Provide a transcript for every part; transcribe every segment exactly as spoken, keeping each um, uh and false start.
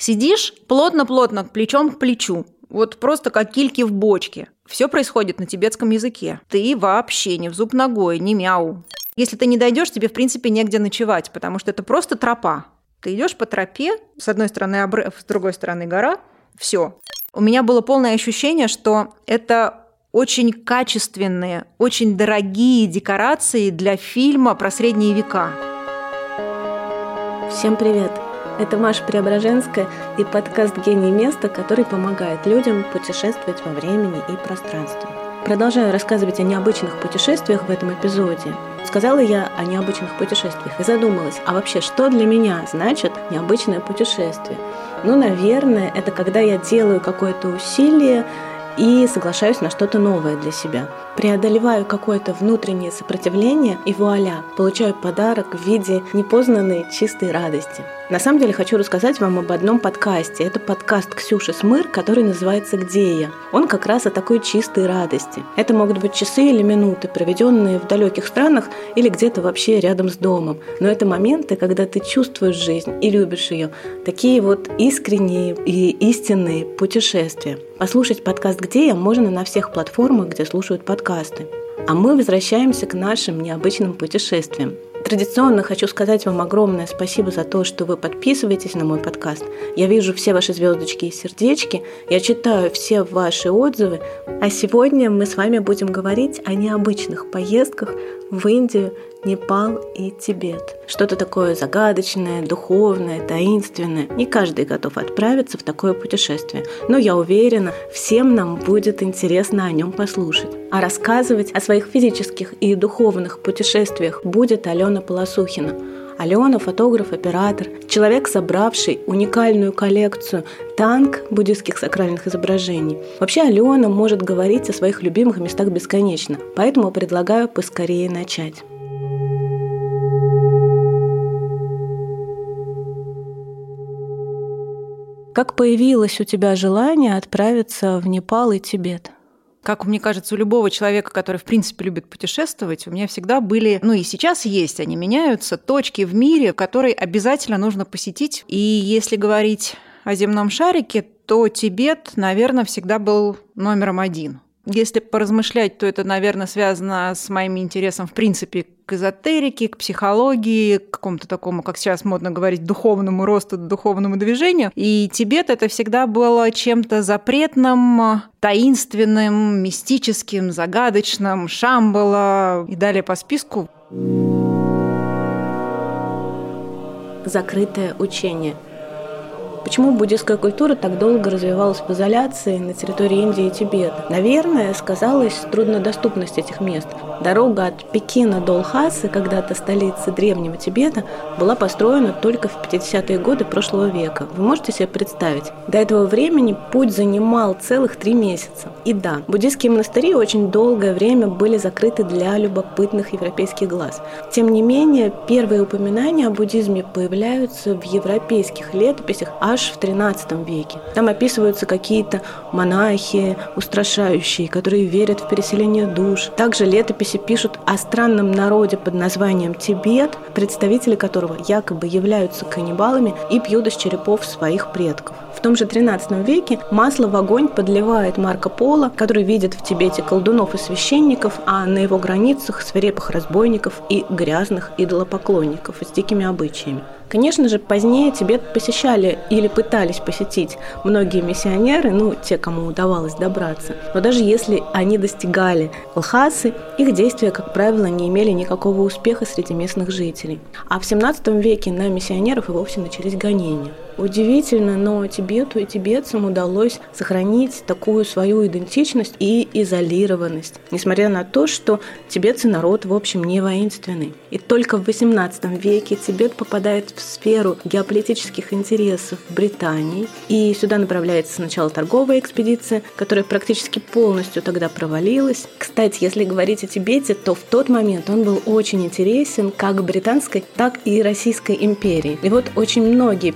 Сидишь плотно-плотно, плечом к плечу. Вот просто как кильки в бочке. Все происходит на тибетском языке. Ты вообще не в зуб ногой, не мяу. Если ты не дойдешь, тебе в принципе негде ночевать, потому что это просто тропа. Ты идешь по тропе, с одной стороны обрыв, с другой стороны гора. Все. У меня было полное ощущение, что это очень качественные, очень дорогие декорации для фильма про средние века. Всем привет! Это Маша Преображенская и подкаст «Гений места», который помогает людям путешествовать во времени и пространстве. Продолжаю рассказывать о необычных путешествиях в этом эпизоде. Сказала я о необычных путешествиях и задумалась, а вообще, что для меня значит необычное путешествие? Ну, наверное, это когда я делаю какое-то усилие и соглашаюсь на что-то новое для себя. Преодолеваю какое-то внутреннее сопротивление и вуаля, получаю подарок в виде непознанной чистой радости. На самом деле хочу рассказать вам об одном подкасте. Это подкаст Ксюши Смыр, который называется «Где я?». Он как раз о такой чистой радости. Это могут быть часы или минуты, проведенные в далеких странах или где-то вообще рядом с домом. Но это моменты, когда ты чувствуешь жизнь и любишь ее. Такие вот искренние и истинные путешествия. Послушать подкаст «Где я?» можно на всех платформах, где слушают подкасты. А мы возвращаемся к нашим необычным путешествиям. Традиционно хочу сказать вам огромное спасибо за то, что вы подписываетесь на мой подкаст. Я вижу все ваши звездочки и сердечки, я читаю все ваши отзывы. А сегодня мы с вами будем говорить о необычных поездках в Индию, Непал и Тибет. Что-то такое загадочное, духовное, таинственное. Не каждый готов отправиться в такое путешествие, но я уверена, всем нам будет интересно о нем послушать. А рассказывать о своих физических и духовных путешествиях будет Алена Полосухина. Алена – фотограф, оператор, человек, собравший уникальную коллекцию танг буддистских сакральных изображений. Вообще Алена может говорить о своих любимых местах бесконечно, поэтому предлагаю поскорее начать. Как появилось у тебя желание отправиться в Непал и Тибет? Как мне кажется, у любого человека, который, в принципе, любит путешествовать, у меня всегда были, ну и сейчас есть, они меняются, точки в мире, которые обязательно нужно посетить. И если говорить о земном шарике, то Тибет, наверное, всегда был номером один. Если поразмышлять, то это, наверное, связано с моим интересом, в принципе, к эзотерике, к психологии, к какому-то такому, как сейчас модно говорить, духовному росту, духовному движению. И Тибет – это всегда было чем-то запретным, таинственным, мистическим, загадочным, Шамбала и далее по списку. Закрытое учение. Почему буддистская культура так долго развивалась в изоляции на территории Индии и Тибета? Наверное, сказалась труднодоступность этих мест. Дорога от Пекина до Лхасы, когда-то столицы древнего Тибета, была построена только в пятидесятые годы прошлого века. Вы можете себе представить? До этого времени путь занимал целых три месяца. И да, буддистские монастыри очень долгое время были закрыты для любопытных европейских глаз. Тем не менее, первые упоминания о буддизме появляются в европейских летописях аж в тринадцатом веке. Там описываются какие-то монахи устрашающие, которые верят в переселение душ. Также летописи пишут о странном народе под названием Тибет, представители которого якобы являются каннибалами и пьют из черепов своих предков. В том же тринадцатом веке масло в огонь подливает Марко Поло, который видит в Тибете колдунов и священников, а на его границах свирепых разбойников и грязных идолопоклонников с дикими обычаями. Конечно же, позднее Тибет посещали или пытались посетить многие миссионеры, ну, те, кому удавалось добраться. Но даже если они достигали Лхасы, их действия, как правило, не имели никакого успеха среди местных жителей. А в семнадцатом веке на миссионеров и вовсе начались гонения. Удивительно, но Тибету и тибетцам удалось сохранить такую свою идентичность и изолированность, несмотря на то, что тибетцы народ, в общем, не воинственный. И только в восемнадцатом веке Тибет попадает в сферу геополитических интересов Британии, и сюда направляется сначала торговая экспедиция, которая практически полностью тогда провалилась. Кстати, если говорить о Тибете, то в тот момент он был очень интересен как британской, так и Российской империи. И вот очень многие поползновения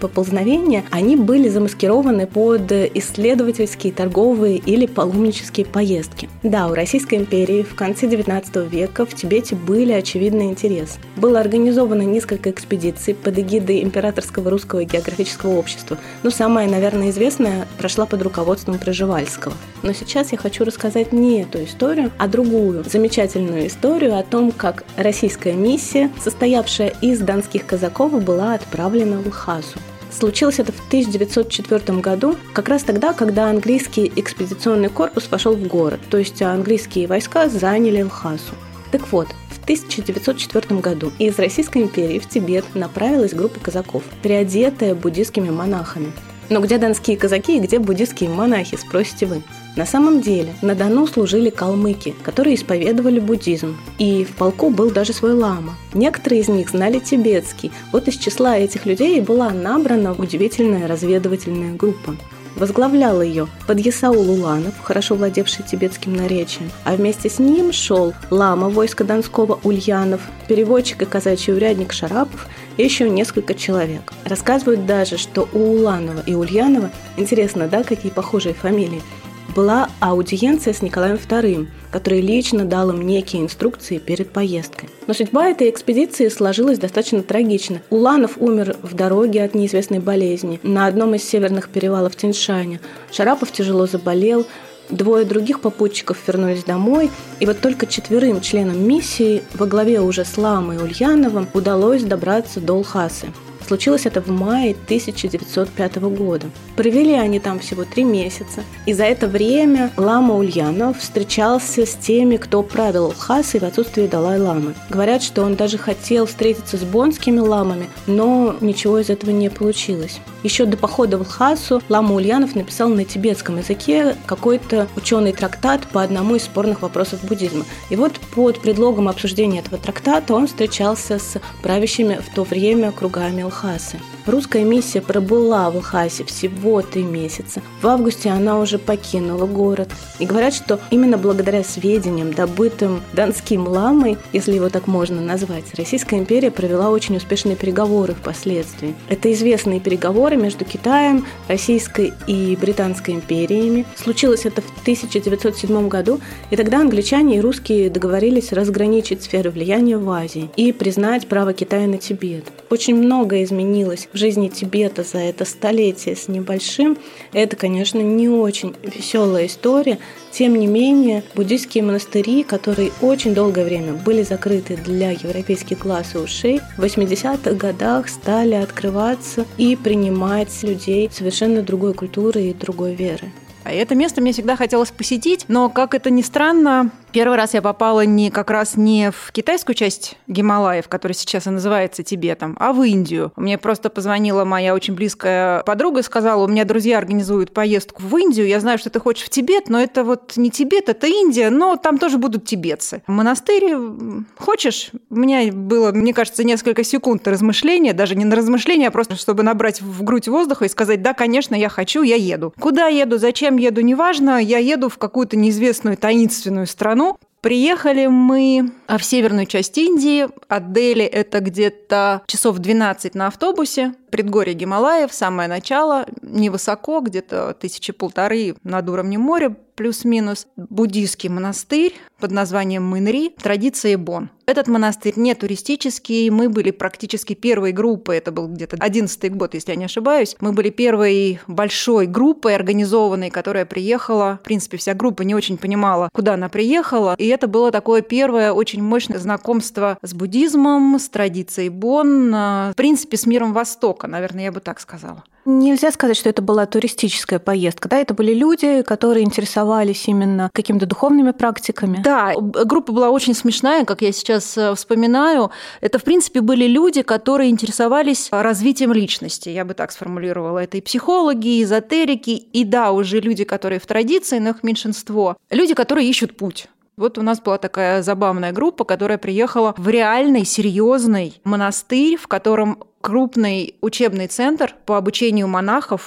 исчезновения, они были замаскированы под исследовательские, торговые или паломнические поездки. Да, у Российской империи в конце девятнадцатого века в Тибете были очевидный интерес. Было организовано несколько экспедиций под эгидой Императорского русского географического общества. Но самая, наверное, известная прошла под руководством Пржевальского. Но сейчас я хочу рассказать не эту историю, а другую, замечательную историю о том, как российская миссия, состоявшая из донских казаков, была отправлена в Лхасу. Случилось это в тысяча девятьсот четвёртом году, как раз тогда, когда английский экспедиционный корпус вошел в город, то есть английские войска заняли Лхасу. Так вот, в тысяча девятьсот четвёртом году из Российской империи в Тибет направилась группа казаков, переодетая буддийскими монахами. Но где донские казаки и где буддийские монахи, спросите вы? На самом деле на Дону служили калмыки, которые исповедовали буддизм. И в полку был даже свой лама. Некоторые из них знали тибетский. Вот из числа этих людей была набрана удивительная разведывательная группа. Возглавлял ее подъясаул Уланов, хорошо владевший тибетским наречием, а вместе с ним шел лама войска Донского Ульянов, переводчик и казачий урядник Шарапов и еще несколько человек. Рассказывают даже, что у Уланова и Ульянова, интересно, да, какие похожие фамилии, была аудиенция с Николаем вторым, который лично дал им некие инструкции перед поездкой. Но судьба этой экспедиции сложилась достаточно трагично. Уланов умер в дороге от неизвестной болезни на одном из северных перевалов Тянь-Шаня. Шарапов тяжело заболел, двое других попутчиков вернулись домой, и вот только четверым членам миссии во главе уже с ламой Ульяновым удалось добраться до Лхасы. Случилось это в мае тысяча девятьсот пятого года. Провели они там всего три месяца. И за это время лама Ульянов встречался с теми, кто правил Лхасой в отсутствие Далай-ламы. Говорят, что он даже хотел встретиться с бонскими ламами, но ничего из этого не получилось. Еще до похода в Лхасу лама Ульянов написал на тибетском языке какой-то ученый трактат по одному из спорных вопросов буддизма. И вот под предлогом обсуждения этого трактата он встречался с правящими в то время кругами Лхасы. Русская миссия пробыла в Лхасе всего три месяца. В августе она уже покинула город. И говорят, что именно благодаря сведениям, добытым донским ламой, если его так можно назвать, Российская империя провела очень успешные переговоры впоследствии. Это известные переговоры между Китаем, Российской и Британской империями. Случилось это в тысяча девятьсот седьмом году, и тогда англичане и русские договорились разграничить сферы влияния в Азии и признать право Китая на Тибет. Очень многое изменилось в жизни Тибета за это столетие с небольшим. Это, конечно, не очень веселая история. Тем не менее, буддийские монастыри, которые очень долгое время были закрыты для европейских глаз и ушей, в восьмидесятых годах стали открываться и принимать людей совершенно другой культуры и другой веры. А это место мне всегда хотелось посетить, но, как это ни странно, первый раз я попала не как раз не в китайскую часть Гималаев, которая сейчас и называется Тибетом, а в Индию. Мне просто позвонила моя очень близкая подруга и сказала: у меня друзья организуют поездку в Индию, я знаю, что ты хочешь в Тибет, но это вот не Тибет, это Индия, но там тоже будут тибетцы. Монастырь хочешь? У меня было, мне кажется, несколько секунд размышления, даже не на размышления, а просто чтобы набрать в грудь воздуха и сказать: да, конечно, я хочу, я еду. Куда еду, зачем еду, неважно, я еду в какую-то неизвестную таинственную страну. Приехали мы в северную часть Индии. От Дели это где-то часов двенадцать на автобусе. Предгорье Гималаев, самое начало, невысоко, где-то тысячи полторы над уровнем моря, плюс-минус. Буддийский монастырь под названием Мынри, традиции Бон. Этот монастырь не туристический, мы были практически первой группой, это был где-то одиннадцатый год, если я не ошибаюсь. Мы были первой большой группой организованной, которая приехала. В принципе, вся группа не очень понимала, куда она приехала. И это было такое первое очень мощное знакомство с буддизмом, с традицией Бон, в принципе, с миром Востока, наверное, я бы так сказала. Нельзя сказать, что это была туристическая поездка, да? Это были люди, которые интересовались именно какими-то духовными практиками. Да, группа была очень смешная, как я сейчас вспоминаю. Это, в принципе, были люди, которые интересовались развитием личности, я бы так сформулировала. Это и психологи, и эзотерики, и да, уже люди, которые в традиции, но их меньшинство. Люди, которые ищут путь. Вот у нас была такая забавная группа, которая приехала в реальный, серьезный монастырь, в котором крупный учебный центр по обучению монахов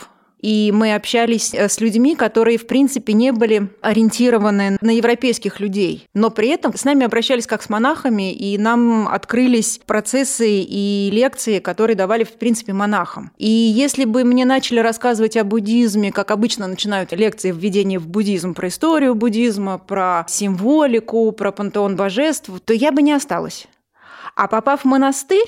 И мы общались с людьми, которые, в принципе, не были ориентированы на европейских людей. Но при этом с нами обращались как с монахами, и нам открылись процессы и лекции, которые давали, в принципе, монахам. И если бы мне начали рассказывать о буддизме, как обычно начинают лекции введения в буддизм, про историю буддизма, про символику, про пантеон божеств, то я бы не осталась. А попав в монастырь,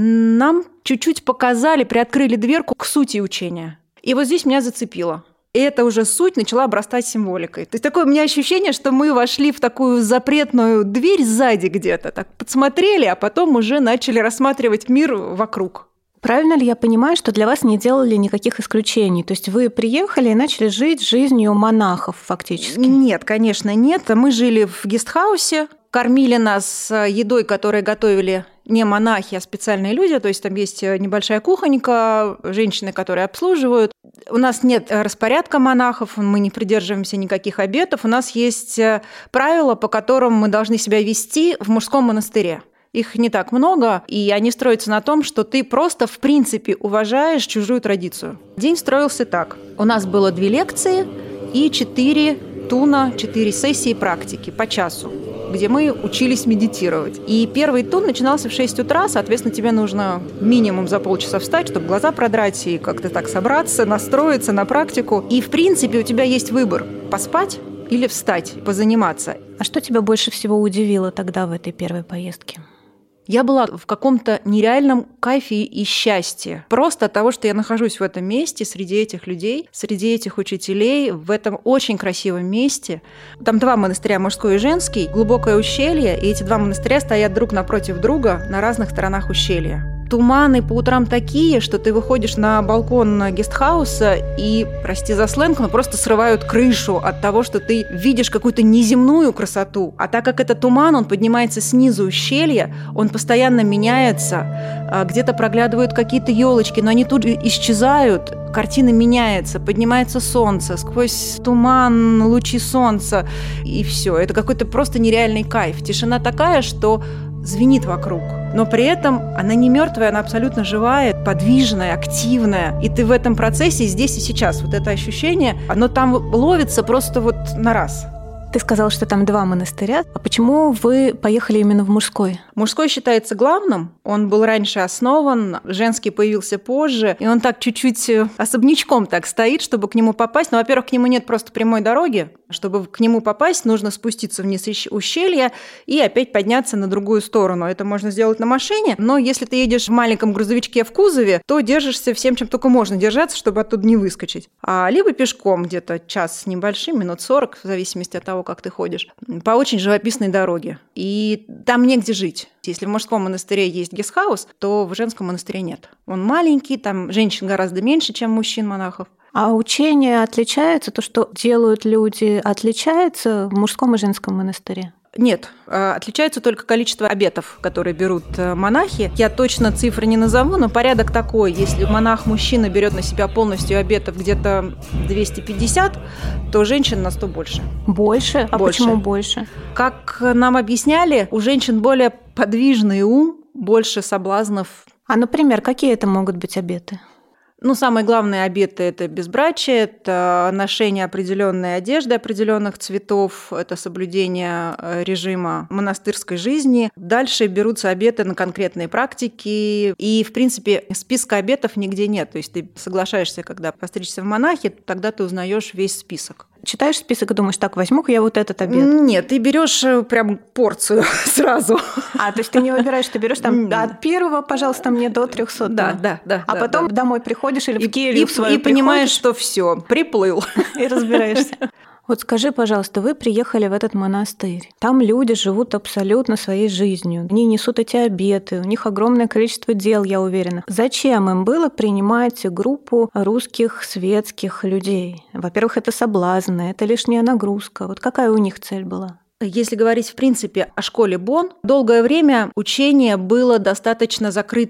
нам чуть-чуть показали, приоткрыли дверку к сути учения. И вот здесь меня зацепило. И эта уже суть начала обрастать символикой. То есть такое у меня ощущение, что мы вошли в такую запретную дверь сзади где-то, так подсмотрели, а потом уже начали рассматривать мир вокруг. Правильно ли я понимаю, что для вас не делали никаких исключений? То есть вы приехали и начали жить жизнью монахов фактически? Нет, конечно, нет. Мы жили в гестхаусе, кормили нас едой, которую готовили не монахи, а специальные люди. То есть там есть небольшая кухонька, женщины, которые обслуживают. У нас нет распорядка монахов, мы не придерживаемся никаких обетов. У нас есть правила, по которым мы должны себя вести в мужском монастыре. Их не так много, и они строятся на том, что ты просто, в принципе, уважаешь чужую традицию. День строился так. У нас было две лекции и четыре туна, четыре сессии практики по часу, где мы учились медитировать. И первый тун начинался в шесть утра, соответственно, тебе нужно минимум за полчаса встать, чтобы глаза продрать и как-то так собраться, настроиться на практику. И, в принципе, у тебя есть выбор – поспать или встать, позаниматься. А что тебя больше всего удивило тогда в этой первой поездке? Я была в каком-то нереальном кайфе и счастье. Просто от того, что я нахожусь в этом месте, среди этих людей, среди этих учителей, в этом очень красивом месте. Там два монастыря, мужской и женский, глубокое ущелье, и эти два монастыря стоят друг напротив друга на разных сторонах ущелья. Туманы по утрам такие, что ты выходишь на балкон гестхауса и, прости за сленг, но просто срывают крышу от того, что ты видишь какую-то неземную красоту. А так как это туман, он поднимается снизу ущелья, он постоянно меняется, где-то проглядывают какие-то елочки, но они тут же исчезают, картина меняется, поднимается солнце, сквозь туман лучи солнца, и все. Это какой-то просто нереальный кайф. Тишина такая, что звенит вокруг. Но при этом она не мертвая, она абсолютно живая, подвижная, активная. И ты в этом процессе здесь и сейчас. Вот это ощущение, оно там ловится просто вот на раз. Ты сказала, что там два монастыря. А почему вы поехали именно в мужской? Мужской считается главным. Он был раньше основан, женский появился позже. И он так чуть-чуть особнячком так стоит, чтобы к нему попасть. Но, во-первых, к нему нет просто прямой дороги. Чтобы к нему попасть, нужно спуститься вниз ущелья и опять подняться на другую сторону. Это можно сделать на машине. Но если ты едешь в маленьком грузовичке в кузове, то держишься всем, чем только можно держаться, чтобы оттуда не выскочить. А либо пешком где-то час с небольшим, минут сорок, в зависимости от того, как ты ходишь, по очень живописной дороге. И там негде жить. Если в мужском монастыре есть гестхаус, то в женском монастыре нет. Он маленький, там женщин гораздо меньше, чем мужчин-монахов. А учение отличается? То, что делают люди, отличается в мужском и женском монастыре? Нет, отличается только количество обетов, которые берут монахи. Я точно цифры не назову, но порядок такой. Если монах-мужчина берет на себя полностью обетов где-то двести пятьдесят, то женщин на сто больше. Больше? А больше. Почему больше? Как нам объясняли, у женщин более подвижный ум, больше соблазнов. А, например, какие это могут быть обеты? Ну, самые главные обеты – это безбрачие, это ношение определенной одежды определенных цветов, это соблюдение режима монастырской жизни. Дальше берутся обеты на конкретные практики, и, в принципе, списка обетов нигде нет. То есть ты соглашаешься, когда постричься в монахи, тогда ты узнаешь весь список. Читаешь список и думаешь, так, возьму-ка я вот этот обед. Нет, ты берешь прям порцию сразу. А, то есть ты не выбираешь, ты берешь там от первого, пожалуйста, мне до трехсот. Да, да, да. А да, потом да. домой приходишь или и, в келью и, свою и понимаешь, что все, приплыл. И разбираешься. Вот скажи, пожалуйста, вы приехали в этот монастырь. Там люди живут абсолютно своей жизнью. Они несут эти обеты, у них огромное количество дел, я уверена. Зачем им было принимать группу русских светских людей? Во-первых, это соблазны, это лишняя нагрузка. Вот какая у них цель была? Если говорить, в принципе, о школе Бонн, долгое время учение было достаточно закрытым.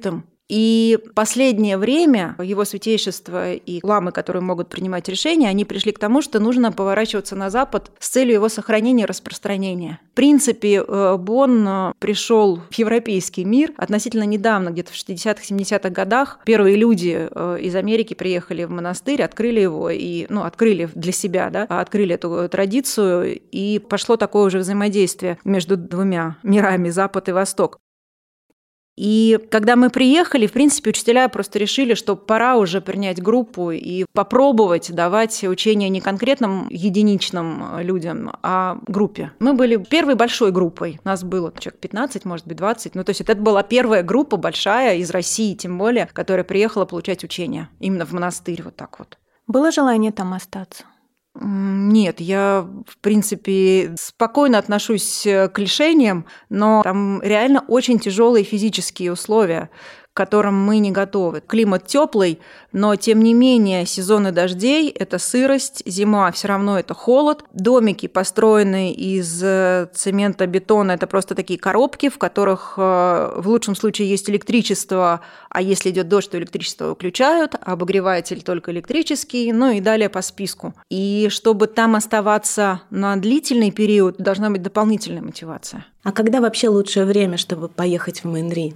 И последнее время его святейшество и ламы, которые могут принимать решения, они пришли к тому, что нужно поворачиваться на Запад с целью его сохранения и распространения. В принципе, Бонн пришел в европейский мир относительно недавно, где-то в шестидесятых-семидесятых годах. Первые люди из Америки приехали в монастырь, открыли его, и, ну, открыли для себя, да, открыли эту традицию, и пошло такое уже взаимодействие между двумя мирами, Запад и Восток. И когда мы приехали, в принципе, учителя просто решили, что пора уже принять группу и попробовать давать учения не конкретным единичным людям, а группе. Мы были первой большой группой. Нас было человек пятнадцать, может быть, двадцать. Ну, то есть это была первая группа большая из России, тем более, которая приехала получать учения именно в монастырь вот так вот. Было желание там остаться? Нет, я, в принципе, спокойно отношусь к лишениям, но там реально очень тяжелые физические условия, к которым мы не готовы. Климат теплый, но тем не менее сезоны дождей – это сырость, зима все равно это холод. Домики, построенные из цемента, бетона – это просто такие коробки, в которых в лучшем случае есть электричество, а если идет дождь, то электричество выключают, а обогреватель только электрический, ну и далее по списку. И чтобы там оставаться на длительный период, должна быть дополнительная мотивация. А когда вообще лучшее время, чтобы поехать в Мэнри?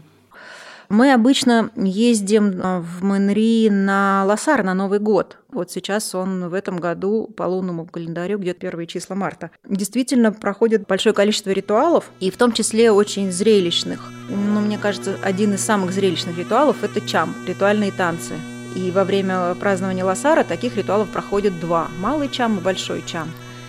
Мы обычно ездим в Мэнри на Лосар на Новый год. Вот сейчас он в этом году по лунному календарю где-то первые числа марта. Действительно проходит большое количество ритуалов, и в том числе очень зрелищных. Ну, мне кажется, один из самых зрелищных ритуалов – это чам, ритуальные танцы. И во время празднования Лосара таких ритуалов проходит два – малый чам и большой чам.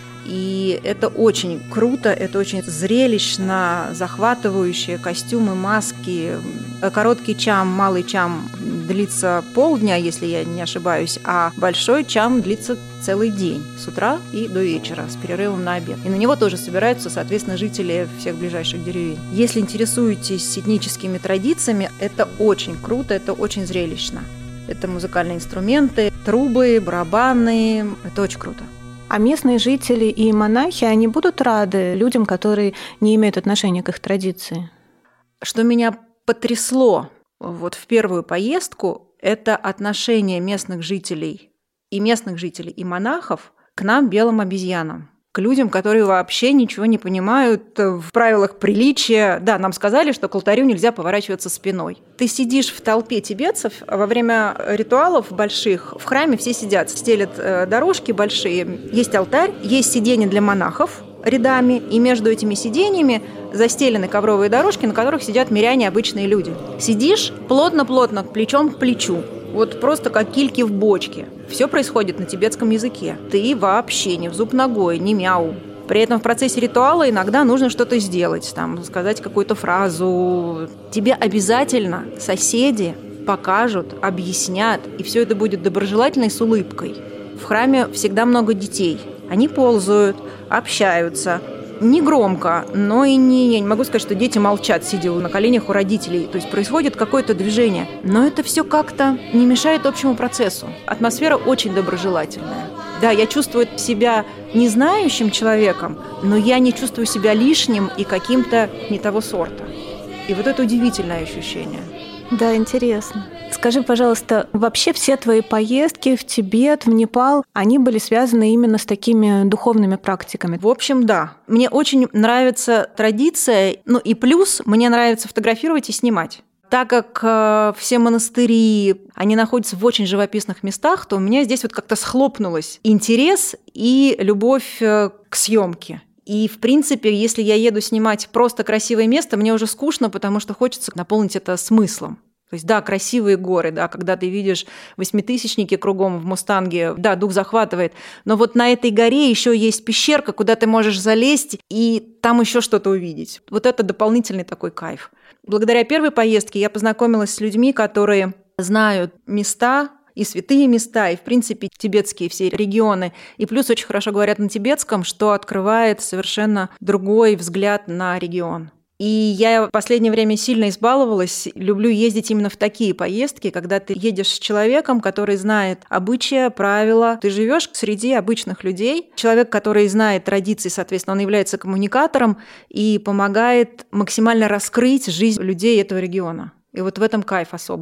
И это очень круто, это очень зрелищно, захватывающие костюмы, маски. Короткий чам, малый чам длится полдня, если я не ошибаюсь, а большой чам длится целый день, с утра и до вечера, с перерывом на обед. И на него тоже собираются, соответственно, жители всех ближайших деревень. Если интересуетесь этническими традициями, это очень круто, это очень зрелищно. Это музыкальные инструменты, трубы, барабаны, это очень круто. А местные жители и монахи, они будут рады людям, которые не имеют отношения к их традиции? Что меня потрясло вот в первую поездку, это отношение местных жителей и местных жителей и монахов к нам, белым обезьянам. К людям, которые вообще ничего не понимают в правилах приличия. Да, нам сказали, что к алтарю нельзя поворачиваться спиной. Ты сидишь в толпе тибетцев, а во время ритуалов больших в храме все сидят, стелят дорожки большие, есть алтарь, есть сиденья для монахов рядами, и между этими сиденьями застелены ковровые дорожки, на которых сидят миряне, обычные люди. Сидишь плотно-плотно, плечом к плечу. Вот просто как кильки в бочке. Все происходит на тибетском языке. Ты вообще не в зуб ногой, не мяу. При этом в процессе ритуала иногда нужно что-то сделать, там, сказать какую-то фразу. Тебе обязательно соседи покажут, объяснят, и все это будет доброжелательно и с улыбкой. В храме всегда много детей. Они ползают, общаются. Не громко, но и не... Я не могу сказать, что дети молчат, сидя на коленях у родителей. То есть происходит какое-то движение. Но это все как-то не мешает общему процессу. Атмосфера очень доброжелательная. Да, я чувствую себя не знающим человеком, но я не чувствую себя лишним и каким-то не того сорта. И вот это удивительное ощущение. Да, интересно. Скажи, пожалуйста, вообще все твои поездки в Тибет, в Непал, они были связаны именно с такими духовными практиками? В общем, да. Мне очень нравится традиция, ну и плюс мне нравится фотографировать и снимать. Так как э, все монастыри, они находятся в очень живописных местах, то у меня здесь вот как-то схлопнулось интерес и любовь э, к съемке. И, в принципе, если я еду снимать просто красивое место, мне уже скучно, потому что хочется наполнить это смыслом. То есть, да, красивые горы, да, когда ты видишь восьмитысячники кругом в «Мустанге», да, дух захватывает. Но вот на этой горе еще есть пещерка, куда ты можешь залезть и там еще что-то увидеть. Вот это дополнительный такой кайф. Благодаря первой поездке я познакомилась с людьми, которые знают места, и святые места, и, в принципе, тибетские все регионы. И плюс очень хорошо говорят на тибетском, что открывает совершенно другой взгляд на регион. И я в последнее время сильно избаловалась, люблю ездить именно в такие поездки, когда ты едешь с человеком, который знает обычаи, правила. Ты живешь среди обычных людей. Человек, который знает традиции, соответственно, он является коммуникатором и помогает максимально раскрыть жизнь людей этого региона. И вот в этом кайф особый.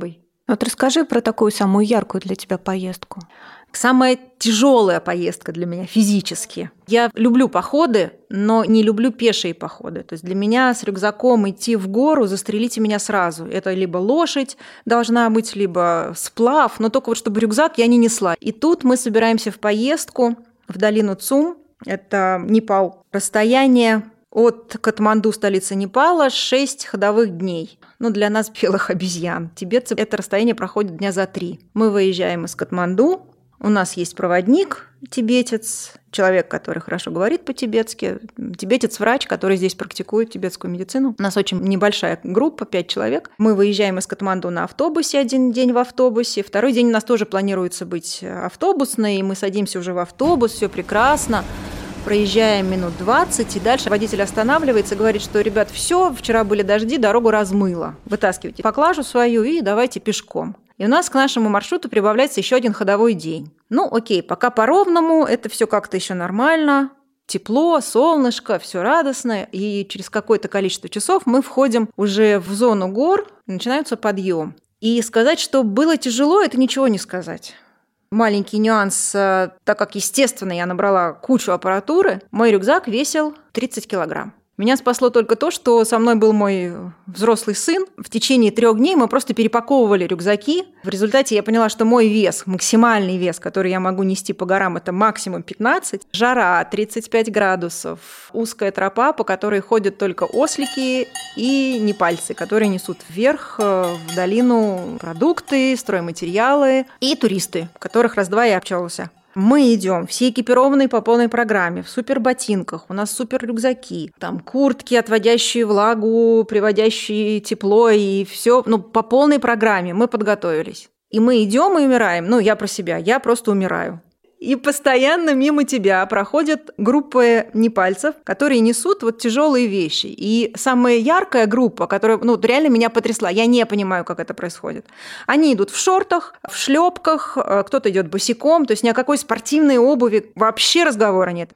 Вот расскажи про такую самую яркую для тебя поездку. Самая тяжелая поездка для меня физически. Я люблю походы, но не люблю пешие походы. То есть для меня с рюкзаком идти в гору, застрелите меня сразу. Это либо лошадь должна быть, либо сплав, но только вот чтобы рюкзак я не несла. И тут мы собираемся в поездку в долину Цум. Это Непал. Расстояние от Катманду, столицы Непала, шесть ходовых дней. Ну, для нас, белых обезьян. Тибетцы это расстояние проходит дня за три. Мы выезжаем из Катманду. У нас есть проводник, тибетец, человек, который хорошо говорит по-тибетски, тибетец-врач, который здесь практикует тибетскую медицину. У нас очень небольшая группа, пять человек. Мы выезжаем из Катманду на автобусе, один день в автобусе, второй день у нас тоже планируется быть автобусный, и мы садимся уже в автобус, все прекрасно. Проезжаем минут двадцать, и дальше водитель останавливается и говорит, что, ребят, все, вчера были дожди, дорогу размыло. Вытаскивайте поклажу свою и давайте пешком. И у нас к нашему маршруту прибавляется еще один ходовой день. Ну, окей, пока по-ровному, это все как-то еще нормально. Тепло, солнышко, все радостно. И через какое-то количество часов мы входим уже в зону гор, и начинается подъем. И сказать, что было тяжело, это ничего не сказать. Маленький нюанс, так как, естественно, я набрала кучу аппаратуры, мой рюкзак весил тридцать килограмм. Меня спасло только то, что со мной был мой взрослый сын. В течение трех дней мы просто перепаковывали рюкзаки. В результате я поняла, что мой вес, максимальный вес, который я могу нести по горам, это максимум пятнадцать. Жара, тридцать пять градусов, узкая тропа, по которой ходят только ослики и непальцы, которые несут вверх в долину продукты, стройматериалы и туристы, которых раз-два я общался. Мы идем все экипированные по полной программе, в суперботинках, у нас супер рюкзаки, там куртки, отводящие влагу, приводящие тепло и все, ну, по полной программе мы подготовились. И мы идем и умираем. Ну, я про себя, я просто умираю. И постоянно мимо тебя проходят группы непальцев, которые несут вот тяжелые вещи. И самая яркая группа, которая ну, реально меня потрясла, я не понимаю, как это происходит. Они идут в шортах, в шлепках, кто-то идет босиком, то есть ни о какой спортивной обуви вообще разговора нет.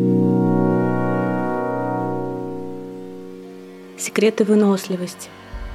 Секреты выносливости.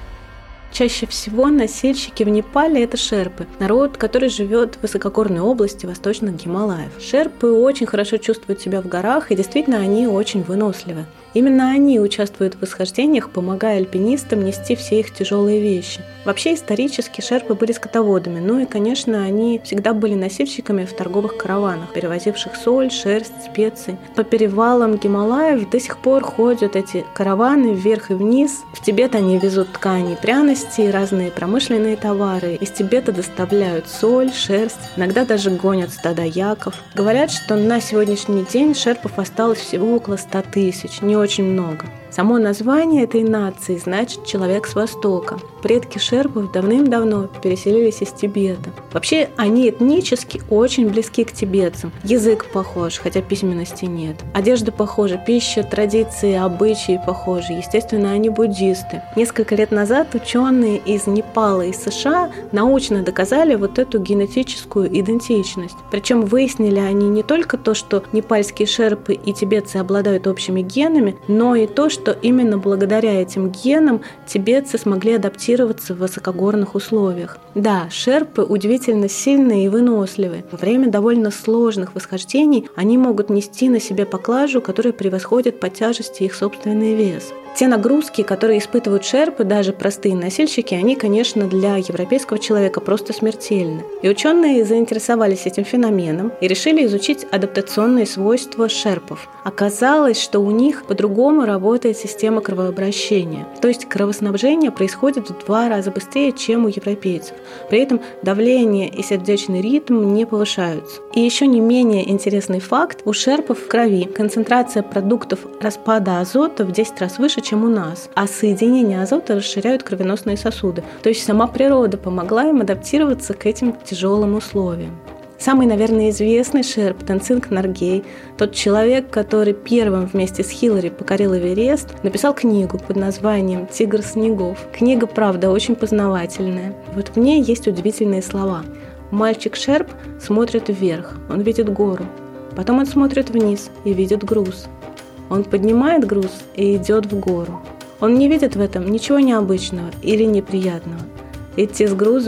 Чаще всего носильщики в Непале – это шерпы, народ, который живет в высокогорной области восточных Гималаев. Шерпы очень хорошо чувствуют себя в горах, и действительно они очень выносливы. Именно они участвуют в восхождениях, помогая альпинистам нести все их тяжелые вещи. Вообще исторически шерпы были скотоводами, ну и, конечно, они всегда были носильщиками в торговых караванах, перевозивших соль, шерсть, специи. По перевалам Гималаев до сих пор ходят эти караваны вверх и вниз. В Тибет они везут ткани, пряности, разные промышленные товары. Из Тибета доставляют соль, шерсть, иногда даже гонят стада яков. Говорят, что на сегодняшний день шерпов осталось всего около ста тысяч, не очень много. Само название этой нации значит «человек с Востока». Предки шерпов давным-давно переселились из Тибета. Вообще, они этнически очень близки к тибетцам. Язык похож, хотя письменности нет. Одежда похожа, пища, традиции, обычаи похожи. Естественно, они буддисты. Несколько лет назад ученые из Непала и США научно доказали вот эту генетическую идентичность. Причем выяснили они не только то, что непальские шерпы и тибетцы обладают общими генами, но и то, что что именно благодаря этим генам тибетцы смогли адаптироваться в высокогорных условиях. Да, шерпы удивительно сильные и выносливые. Во время довольно сложных восхождений они могут нести на себе поклажу, которая превосходит по тяжести их собственный вес. Те нагрузки, которые испытывают шерпы, даже простые носильщики, они, конечно, для европейского человека просто смертельны. И ученые заинтересовались этим феноменом и решили изучить адаптационные свойства шерпов. Оказалось, что у них по-другому работает система кровообращения. То есть кровоснабжение происходит в два раза быстрее, чем у европейцев. При этом давление и сердечный ритм не повышаются. И еще не менее интересный факт: у шерпов в крови концентрация продуктов распада азота в десять раз выше, чем у нас, а соединения азота расширяют кровеносные сосуды. То есть сама природа помогла им адаптироваться к этим тяжелым условиям. Самый, наверное, известный шерп Тенцинг Норгей, тот человек, который первым вместе с Хиллари покорил Эверест, написал книгу под названием «Тигр снегов». Книга, правда, очень познавательная. Вот в ней есть удивительные слова. Мальчик-шерп смотрит вверх, он видит гору. Потом он смотрит вниз и видит груз. Он поднимает груз и идет в гору. Он не видит в этом ничего необычного или неприятного. Идти с грузом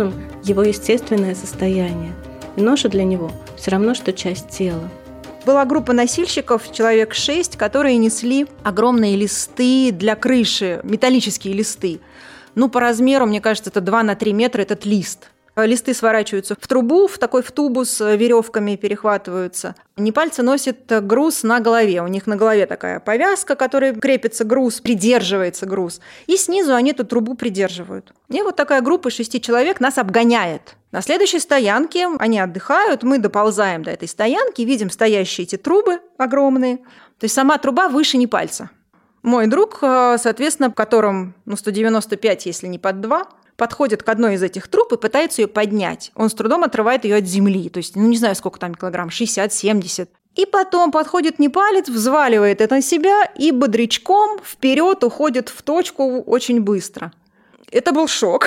его естественное состояние. И ноша для него все равно, что часть тела. Была группа носильщиков, человек шесть, которые несли огромные листы для крыши, металлические листы. Ну, по размеру, мне кажется, это два на три метра этот лист. Листы сворачиваются в трубу, в такой в тубус, веревками перехватываются. Непальцы носят груз на голове. У них на голове такая повязка, которой крепится груз, придерживается груз. И снизу они эту трубу придерживают. И вот такая группа из шести человек нас обгоняет. На следующей стоянке они отдыхают, мы доползаем до этой стоянки, видим стоящие эти трубы огромные. То есть сама труба выше Непальца. Мой друг, соответственно, которым ну, сто девяносто пять, если не под два, подходит к одной из этих труб и пытается ее поднять. Он с трудом отрывает ее от земли. То есть, ну, не знаю, сколько там килограмм, шестьдесят-семьдесят. И потом подходит непалец, взваливает это на себя и бодрячком вперед уходит в точку очень быстро. Это был шок.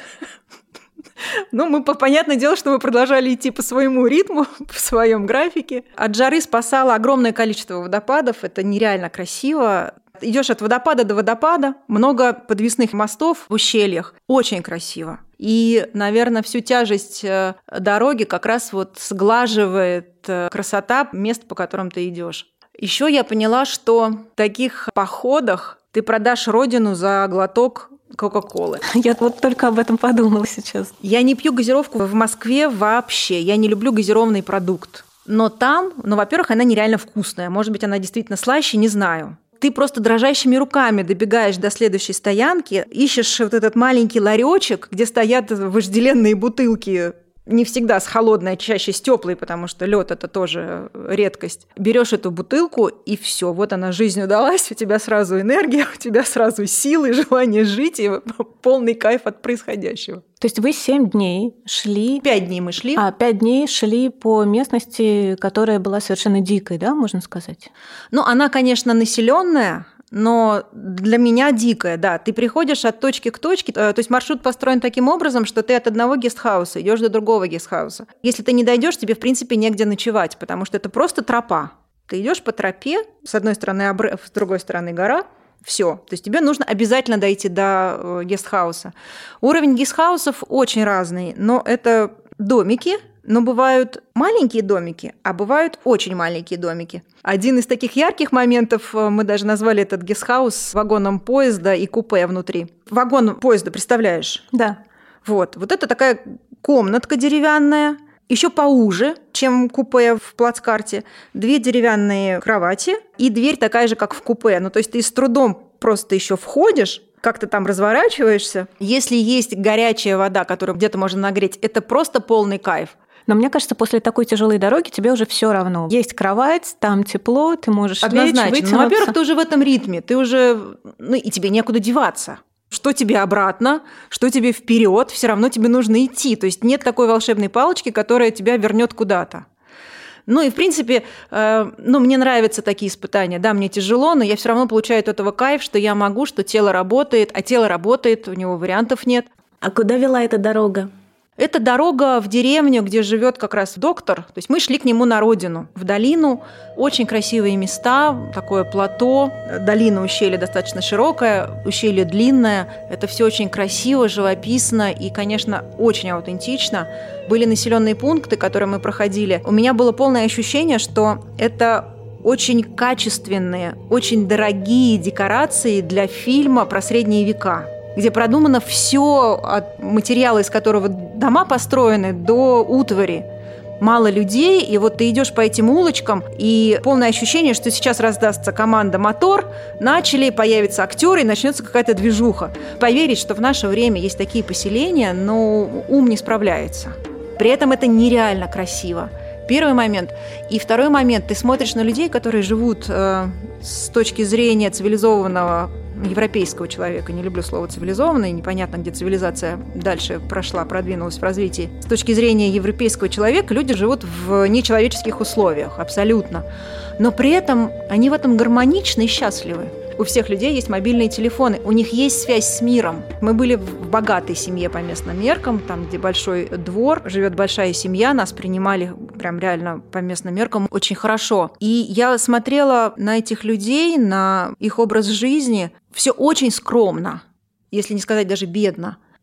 Ну, мы, понятное дело, что мы продолжали идти по своему ритму, в своем графике. От жары спасало огромное количество водопадов. Это нереально красиво. Идешь от водопада до водопада, много подвесных мостов в ущельях. Очень красиво. И, наверное, всю тяжесть дороги как раз вот сглаживает красота мест, по которым ты идешь. Еще я поняла, что в таких походах ты продашь родину за глоток Кока-колы. Я вот только об этом подумала сейчас. Я не пью газировку в Москве вообще. Я не люблю газированный продукт. Но там, ну, во-первых, она нереально вкусная. Может быть, она действительно слаще, не знаю. Ты просто дрожащими руками добегаешь до следующей стоянки, ищешь вот этот маленький ларечек, где стоят вожделенные бутылки, не всегда с холодной, а чаще с теплой, потому что лед это тоже редкость. Берешь эту бутылку, и все, вот она, жизнь удалась, у тебя сразу энергия, у тебя сразу силы, желание жить и полный кайф от происходящего. То есть вы семь дней шли... Пять дней мы шли. А, пять дней шли по местности, которая была совершенно дикой, да, можно сказать? Ну, она, конечно, населенная, но для меня дикая, да. Ты приходишь от точки к точке, то есть маршрут построен таким образом, что ты от одного гестхауса идешь до другого гестхауса. Если ты не дойдешь, тебе, в принципе, негде ночевать, потому что это просто тропа. Ты идешь по тропе, с одной стороны обрыв, с другой стороны гора, все. То есть тебе нужно обязательно дойти до гестхауса. Уровень гестхаусов очень разный, но это домики, но бывают маленькие домики, а бывают очень маленькие домики. Один из таких ярких моментов, мы даже назвали этот гестхаус с вагоном поезда и купе внутри. Вагон поезда, представляешь? Да. Вот. Вот это такая комнатка деревянная, еще поуже, чем купе в плацкарте. Две деревянные кровати и дверь такая же, как в купе. Ну, то есть ты с трудом просто еще входишь, как-то там разворачиваешься. Если есть горячая вода, которую где-то можно нагреть, это просто полный кайф. Но мне кажется, после такой тяжелой дороги тебе уже все равно. Есть кровать, там тепло, ты можешь однозначно. лечь, вытянуться. Ну, во-первых, ты уже в этом ритме, ты уже, ну, и тебе некуда деваться. Что тебе обратно, что тебе вперед, все равно тебе нужно идти. То есть нет такой волшебной палочки, которая тебя вернет куда-то. Ну и, в принципе, э, ну, мне нравятся такие испытания. Да, мне тяжело, но я все равно получаю от этого кайф, что я могу, что тело работает, а тело работает, у него вариантов нет. А куда вела эта дорога? Это дорога в деревню, где живет как раз доктор. То есть мы шли к нему на родину, в долину. Очень красивые места, такое плато. Долина ущелья достаточно широкая, ущелье длинное. Это все очень красиво, живописно и, конечно, очень аутентично. Были населенные пункты, которые мы проходили. У меня было полное ощущение, что это очень качественные, очень дорогие декорации для фильма про средние века, где продумано все от материала, из которого дома построены, до утвари. Мало людей, и вот ты идешь по этим улочкам, и полное ощущение, что сейчас раздастся команда «Мотор», начали, появятся актеры, и начнется какая-то движуха. Поверить, что в наше время есть такие поселения, но ум не справляется. При этом это нереально красиво. Первый момент. И второй момент. Ты смотришь на людей, которые живут э, с точки зрения цивилизованного европейского человека. Не люблю слово «цивилизованный», непонятно, где цивилизация дальше прошла, продвинулась в развитии. С точки зрения европейского человека люди живут в нечеловеческих условиях, абсолютно. Но при этом они в этом гармоничны и счастливы. У всех людей есть мобильные телефоны, у них есть связь с миром. Мы были в богатой семье по местным меркам, там, где большой двор, живет большая семья, нас принимали прям реально по местным меркам очень хорошо. И я смотрела на этих людей, на их образ жизни, все очень скромно, если не сказать даже бедно.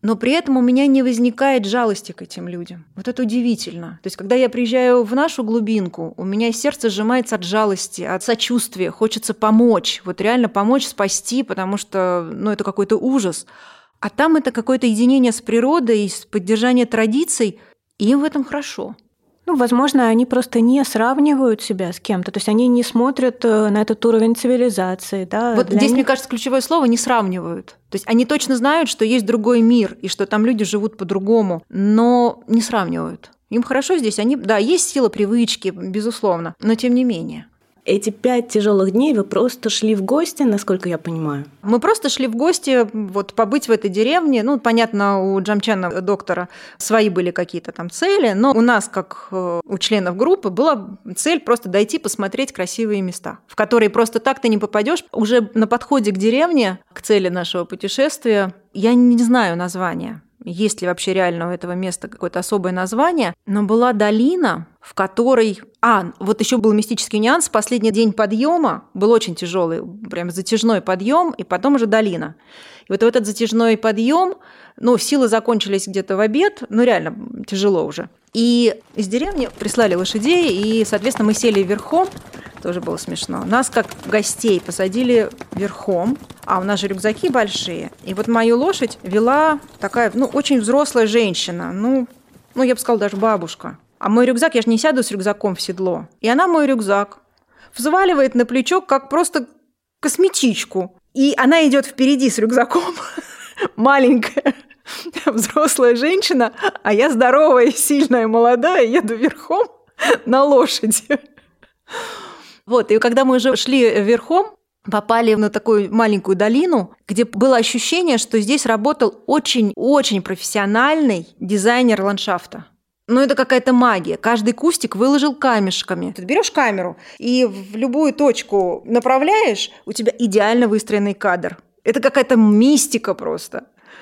но при этом у меня не возникает жалости к этим людям. Вот это удивительно. То есть, когда я приезжаю в нашу глубинку, у меня сердце сжимается от жалости, от сочувствия, хочется помочь, вот реально помочь, спасти, потому что, ну, это какой-то ужас. А там это какое-то единение с природой, поддержание традиций, и им в этом хорошо. Ну, возможно, они просто не сравнивают себя с кем-то, то есть они не смотрят на этот уровень цивилизации. Да? Вот Для здесь, них... мне кажется, ключевое слово «не сравнивают». То есть они точно знают, что есть другой мир, и что там люди живут по-другому, но не сравнивают. Им хорошо здесь, они, да, есть сила привычки, безусловно, но тем не менее. Эти пять тяжелых дней вы просто шли в гости, насколько я понимаю? Мы просто шли в гости, вот побыть в этой деревне. Ну, понятно, у Джамчана, доктора, свои были какие-то там цели, но у нас, как у членов группы, была цель просто дойти, посмотреть красивые места, в которые просто так ты не попадешь. Уже на подходе к деревне, к цели нашего путешествия, я не знаю названия. Есть ли вообще реально у этого места какое-то особое название, но была долина, в которой... А, вот еще был мистический нюанс. Последний день подъема был очень тяжелый, прям затяжной подъем, и потом уже долина. И вот в этот затяжной подъем, ну, силы закончились где-то в обед, ну, реально тяжело уже. И из деревни прислали лошадей, и, соответственно, мы сели верхом, тоже было смешно. Нас, как гостей, посадили верхом, а у нас же рюкзаки большие. И вот мою лошадь вела такая, ну, очень взрослая женщина, ну, ну, я бы сказала, даже бабушка. А мой рюкзак, я же не сяду с рюкзаком в седло. И она мой рюкзак взваливает на плечо, как просто косметичку. И она идет впереди с рюкзаком, маленькая взрослая женщина, а я здоровая, сильная, молодая, еду верхом на лошади. Вот, и когда мы уже шли верхом, попали на такую маленькую долину, где было ощущение, что здесь работал очень-очень профессиональный дизайнер ландшафта. Ну, это какая-то магия. Каждый кустик выложил камешками. Ты берешь камеру и в любую точку направляешь, у тебя идеально выстроенный кадр. Это какая-то мистика просто.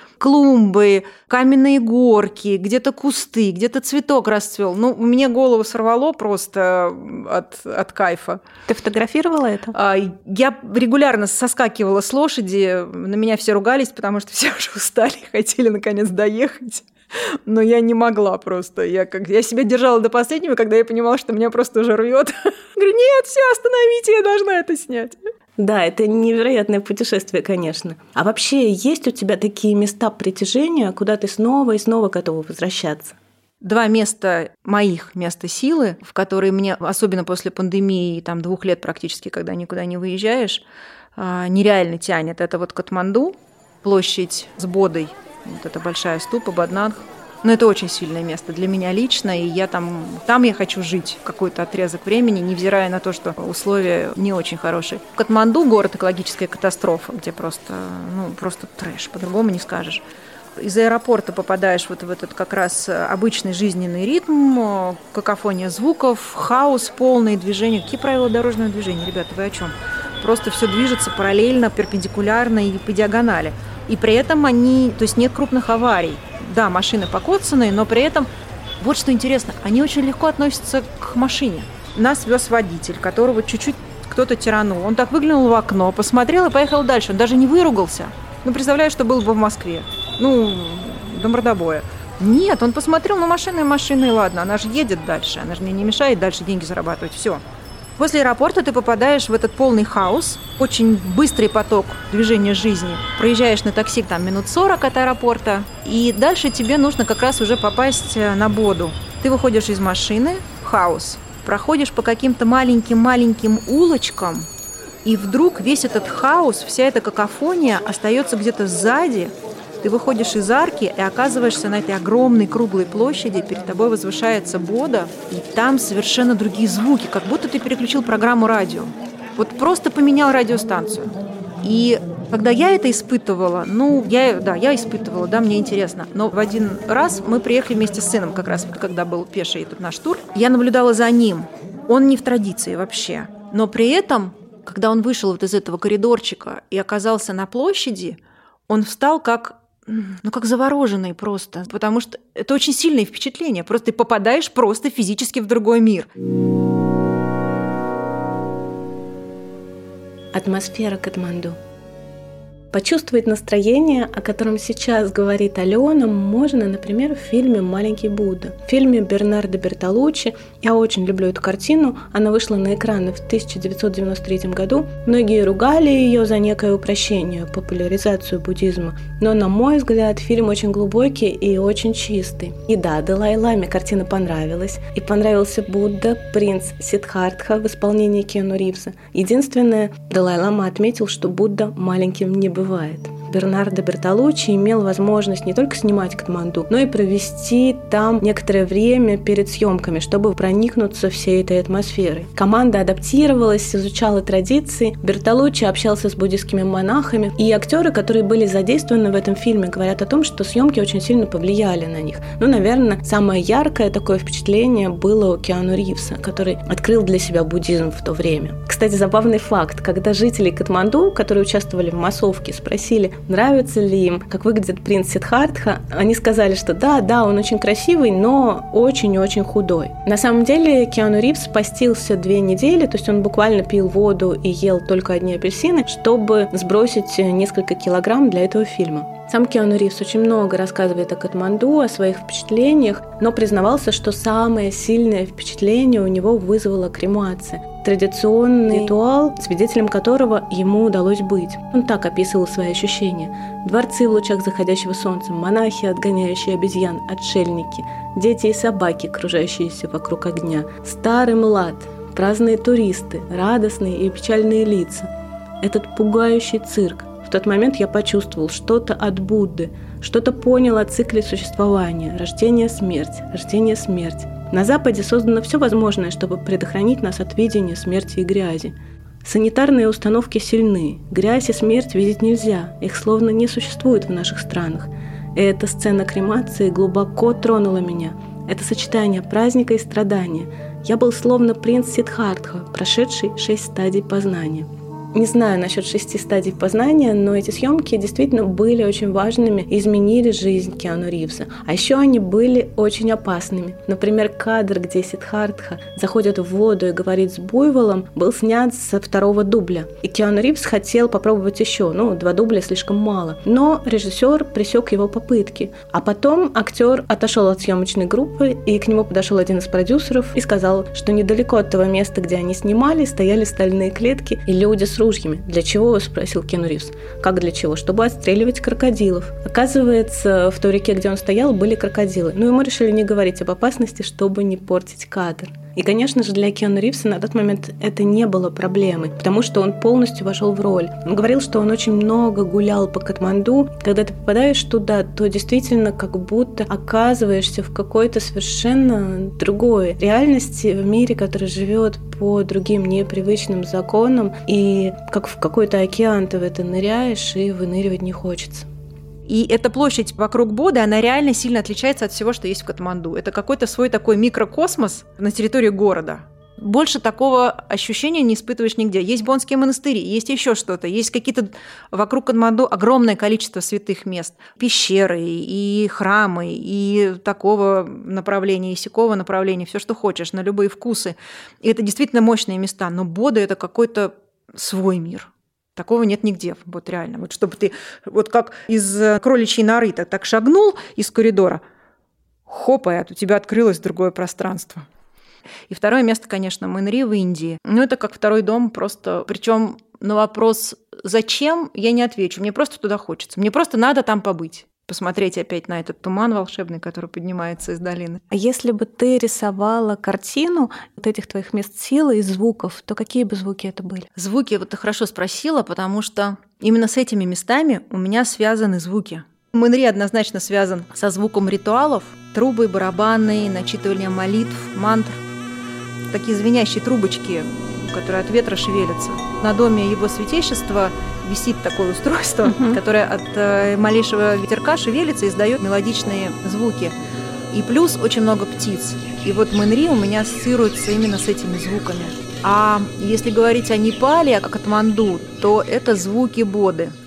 Клумбы, каменные горки, где-то кусты, где-то цветок расцвел. Ну, мне голову сорвало просто от, от кайфа. Ты фотографировала это? Я регулярно соскакивала с лошади, на меня все ругались, потому что все уже устали, хотели наконец доехать. Но я не могла просто. Я, как, я себя держала до последнего, когда я понимала, что меня просто уже рвет. Говорю, нет, все, остановите, я должна это снять. Да, это невероятное путешествие, конечно. А вообще, есть у тебя такие места притяжения, куда ты снова и снова готова возвращаться? Два места моих, места силы, в которые мне, особенно после пандемии, там двух лет практически, когда никуда не выезжаешь, нереально тянет. Это вот Катманду, площадь с Бодой, вот эта большая ступа, Баднанг. Но это очень сильное место для меня лично, и я там, там я хочу жить какой-то отрезок времени, невзирая на то, что условия не очень хорошие. Катманду – город экологическая катастрофа, где просто, ну, просто трэш, по-другому не скажешь. Из аэропорта попадаешь вот в этот как раз обычный жизненный ритм, какофония звуков, хаос, полное движение. Какие правила дорожного движения, ребята, вы о чем? Просто все движется параллельно, перпендикулярно и по диагонали. И при этом они, то есть нет крупных аварий. Да, машины покоцанные, но при этом, вот что интересно, они очень легко относятся к машине. Нас вез водитель, которого чуть-чуть кто-то тиранул. Он так выглянул в окно, посмотрел и поехал дальше. Он даже не выругался. Ну, представляю, что было бы в Москве. Ну, до мордобоя. Нет, он посмотрел, ну, машина и машина, и ладно, она же едет дальше, она же мне не мешает дальше деньги зарабатывать, все. После аэропорта ты попадаешь в этот полный хаос, очень быстрый поток движения жизни. Проезжаешь на такси там минут сорок от аэропорта, и дальше тебе нужно как раз уже попасть на Боду. Ты выходишь из машины, хаос, проходишь по каким-то маленьким-маленьким улочкам, и вдруг весь этот хаос, вся эта какофония остается где-то сзади. Ты выходишь из арки и оказываешься на этой огромной круглой площади, перед тобой возвышается Бода, и там совершенно другие звуки, как будто ты переключил программу радио. Вот просто поменял радиостанцию. И когда я это испытывала, ну, я, да, я испытывала, да, мне интересно, но в один раз мы приехали вместе с сыном, как раз когда был пеший этот наш тур, я наблюдала за ним. Он не в традиции вообще, но при этом, когда он вышел вот из этого коридорчика и оказался на площади, он встал как... Ну, как завороженный просто, потому что это очень сильное впечатление. Просто ты попадаешь просто физически в другой мир. Атмосфера Катманду. Почувствовать настроение, о котором сейчас говорит Алена, можно, например, в фильме «Маленький Будда». В фильме Бернардо Бертолуччи. Я очень люблю эту картину. Она вышла на экраны в тысяча девятьсот девяносто третьем году. Многие ругали ее за некое упрощение, популяризацию буддизма. Но, на мой взгляд, фильм очень глубокий и очень чистый. И да, Далай-ламе картина понравилась. И понравился Будда, принц Сиддхартха в исполнении Киану Ривза. Единственное, Далай-лама отметил, что Будда маленьким не бывает. Бернардо Бертолуччи имел возможность не только снимать Катманду, но и провести там некоторое время перед съемками, чтобы проникнуться всей этой атмосферой. Команда адаптировалась, изучала традиции. Бертолуччи общался с буддийскими монахами, и актеры, которые были задействованы в этом фильме, говорят о том, что съемки очень сильно повлияли на них. Ну, наверное, самое яркое такое впечатление было у Киану Ривза, который открыл для себя буддизм в то время. Кстати, забавный факт, когда жители Катманду, которые участвовали в массовке, спросили, нравится ли им, как выглядит принц Сиддхартха, они сказали, что да, да, он очень красивый, но очень-очень худой. На самом деле Киану Ривз постился две недели, то есть он буквально пил воду и ел только одни апельсины, чтобы сбросить несколько килограмм для этого фильма. Сам Киану Ривз очень много рассказывает о Катманду, о своих впечатлениях, но признавался, что самое сильное впечатление у него вызвала кремация. Традиционный ритуал, свидетелем которого ему удалось быть. Он так описывал свои ощущения. Дворцы в лучах заходящего солнца, монахи, отгоняющие обезьян, отшельники, дети и собаки, кружащиеся вокруг огня, старый млад, праздные туристы, радостные и печальные лица. Этот пугающий цирк. В тот момент я почувствовал что-то от Будды, что-то понял о цикле существования, рождение-смерть, рождение-смерть. На Западе создано все возможное, чтобы предохранить нас от видения смерти и грязи. Санитарные установки сильны, грязь и смерть видеть нельзя, их словно не существует в наших странах. И эта сцена кремации глубоко тронула меня. Это сочетание праздника и страдания. Я был словно принц Сиддхартха, прошедший шесть стадий познания. Не знаю насчет шести стадий познания, но эти съемки действительно были очень важными и изменили жизнь Киану Ривза. А еще они были очень опасными. Например, кадр, где Сиддхартха заходит в воду и говорит с буйволом, был снят со второго дубля. И Киану Ривз хотел попробовать еще, ну, два дубля слишком мало. Но режиссер пресек его попытки. А потом актер отошел от съемочной группы, и к нему подошел один из продюсеров и сказал, что недалеко от того места, где они снимали, стояли стальные клетки и люди с ружьями. Для чего? — спросил Киану Ривз. Как для чего? Чтобы отстреливать крокодилов. Оказывается, в той реке, где он стоял, были крокодилы. Но ему решили не говорить об опасности, чтобы не портить кадр. И, конечно же, для Киану Ривза на тот момент это не было проблемой, потому что он полностью вошел в роль. Он говорил, что он очень много гулял по Катманду. Когда ты попадаешь туда, то действительно как будто оказываешься в какой-то совершенно другой реальности, в мире, который живет по другим непривычным законам, и как в какой-то океан ты в это ныряешь, и выныривать не хочется. И эта площадь вокруг Бодhi, она реально сильно отличается от всего, что есть в Катманду. Это какой-то свой такой микрокосмос на территории города. Больше такого ощущения не испытываешь нигде. Есть бонские монастыри, есть еще что-то, есть какие-то вокруг Катманду огромное количество святых мест, пещеры и храмы, и такого направления, и сякого направления, все, что хочешь, на любые вкусы. И это действительно мощные места. Но Бодhi – это какой-то свой мир. Такого нет нигде, вот реально. Вот чтобы ты, вот как из кроличьей норы так, так шагнул из коридора, хоп, и у тебя открылось другое пространство. И второе место, конечно, Манри в Индии. Ну, это как второй дом, просто. Причем на вопрос «зачем?» я не отвечу. Мне просто туда хочется. Мне просто надо там побыть. Посмотреть опять на этот туман волшебный, который поднимается из долины. А если бы ты рисовала картину вот этих твоих мест силы и звуков, то какие бы звуки это были? Звуки, вот ты хорошо спросила, потому что именно с этими местами у меня связаны звуки. Манри однозначно связан со звуком ритуалов, трубы, барабаны, начитывание молитв, мантр. Такие звенящие трубочки, которые от ветра шевелятся. На доме его святейшества висит такое устройство, uh-huh. которое от э, малейшего ветерка шевелится и издает мелодичные звуки. И плюс очень много птиц. И вот Манри у меня ассоциируется именно с этими звуками. А если говорить о Непале, о Катманду, то это звуки Бодhi.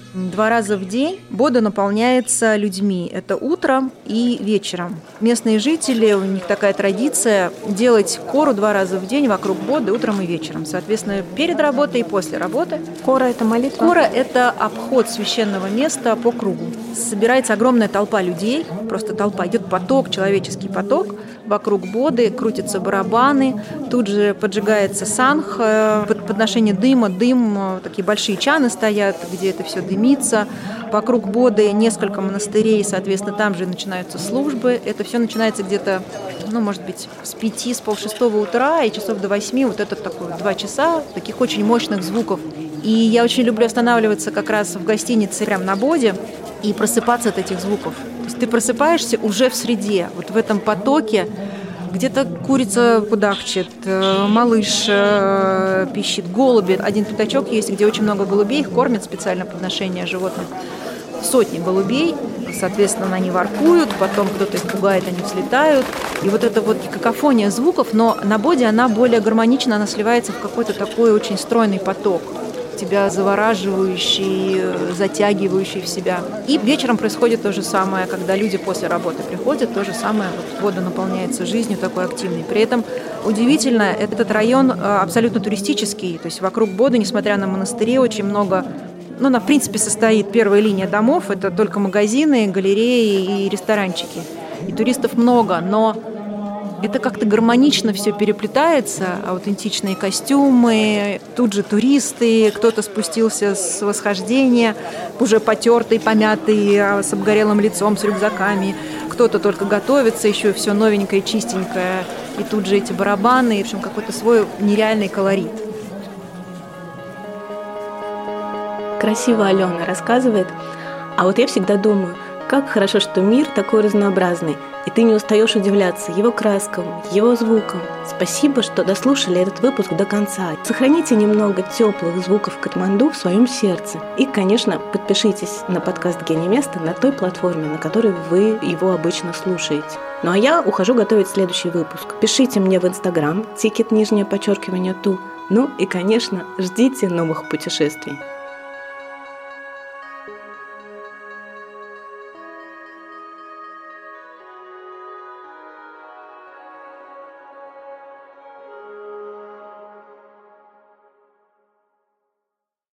Два раза в день Бода наполняется людьми. Это утром и вечером. Местные жители, у них такая традиция делать кору два раза в день вокруг Боды утром и вечером. Соответственно, перед работой и после работы. Кора – это молитва? Кора – это обход священного места по кругу. Собирается огромная толпа людей, просто толпа. Идет поток, человеческий поток. Вокруг Боды крутятся барабаны, тут же поджигается санх, под подношение дыма, дым, такие большие чаны стоят, где это все дымится. Вокруг Боды несколько монастырей, соответственно, там же начинаются службы. Это все начинается где-то, ну, может быть, с пяти, с полшестого утра и часов до восьми. Вот это такое два часа таких очень мощных звуков. И я очень люблю останавливаться как раз в гостинице прямо на Боде и просыпаться от этих звуков. То есть ты просыпаешься уже в среде, вот в этом потоке. Где-то курица кудахчет, малыш пищит, голуби. Один пятачок есть, где очень много голубей, их кормят специально подношения животных. Сотни голубей, соответственно, они воркуют, потом кто-то их пугает, они взлетают. И вот эта вот какофония звуков, но на Боде она более гармонична, она сливается в какой-то такой очень стройный поток, тебя завораживающий, затягивающий в себя. И вечером происходит то же самое, когда люди после работы приходят, то же самое, вот Бода наполняется жизнью такой активной. При этом удивительно, этот район абсолютно туристический, то есть вокруг Боды, несмотря на монастыри, очень много, ну, она в принципе состоит первая линия домов, это только магазины, галереи и ресторанчики. И туристов много, но это как-то гармонично все переплетается, аутентичные костюмы, тут же туристы, кто-то спустился с восхождения, уже потертый, помятый, с обгорелым лицом, с рюкзаками, кто-то только готовится, еще все новенькое, чистенькое, и тут же эти барабаны, и, в общем, какой-то свой нереальный колорит. Красиво Алена рассказывает, а вот я всегда думаю, как хорошо, что мир такой разнообразный, и ты не устаешь удивляться его краскам, его звукам. Спасибо, что дослушали этот выпуск до конца. Сохраните немного теплых звуков Катманду в своем сердце. И, конечно, подпишитесь на подкаст «Гений места» на той платформе, на которой вы его обычно слушаете. Ну а я ухожу готовить следующий выпуск. Пишите мне в Инстаграм, тикет нижнее подчеркивание ту. Ну и, конечно, ждите новых путешествий.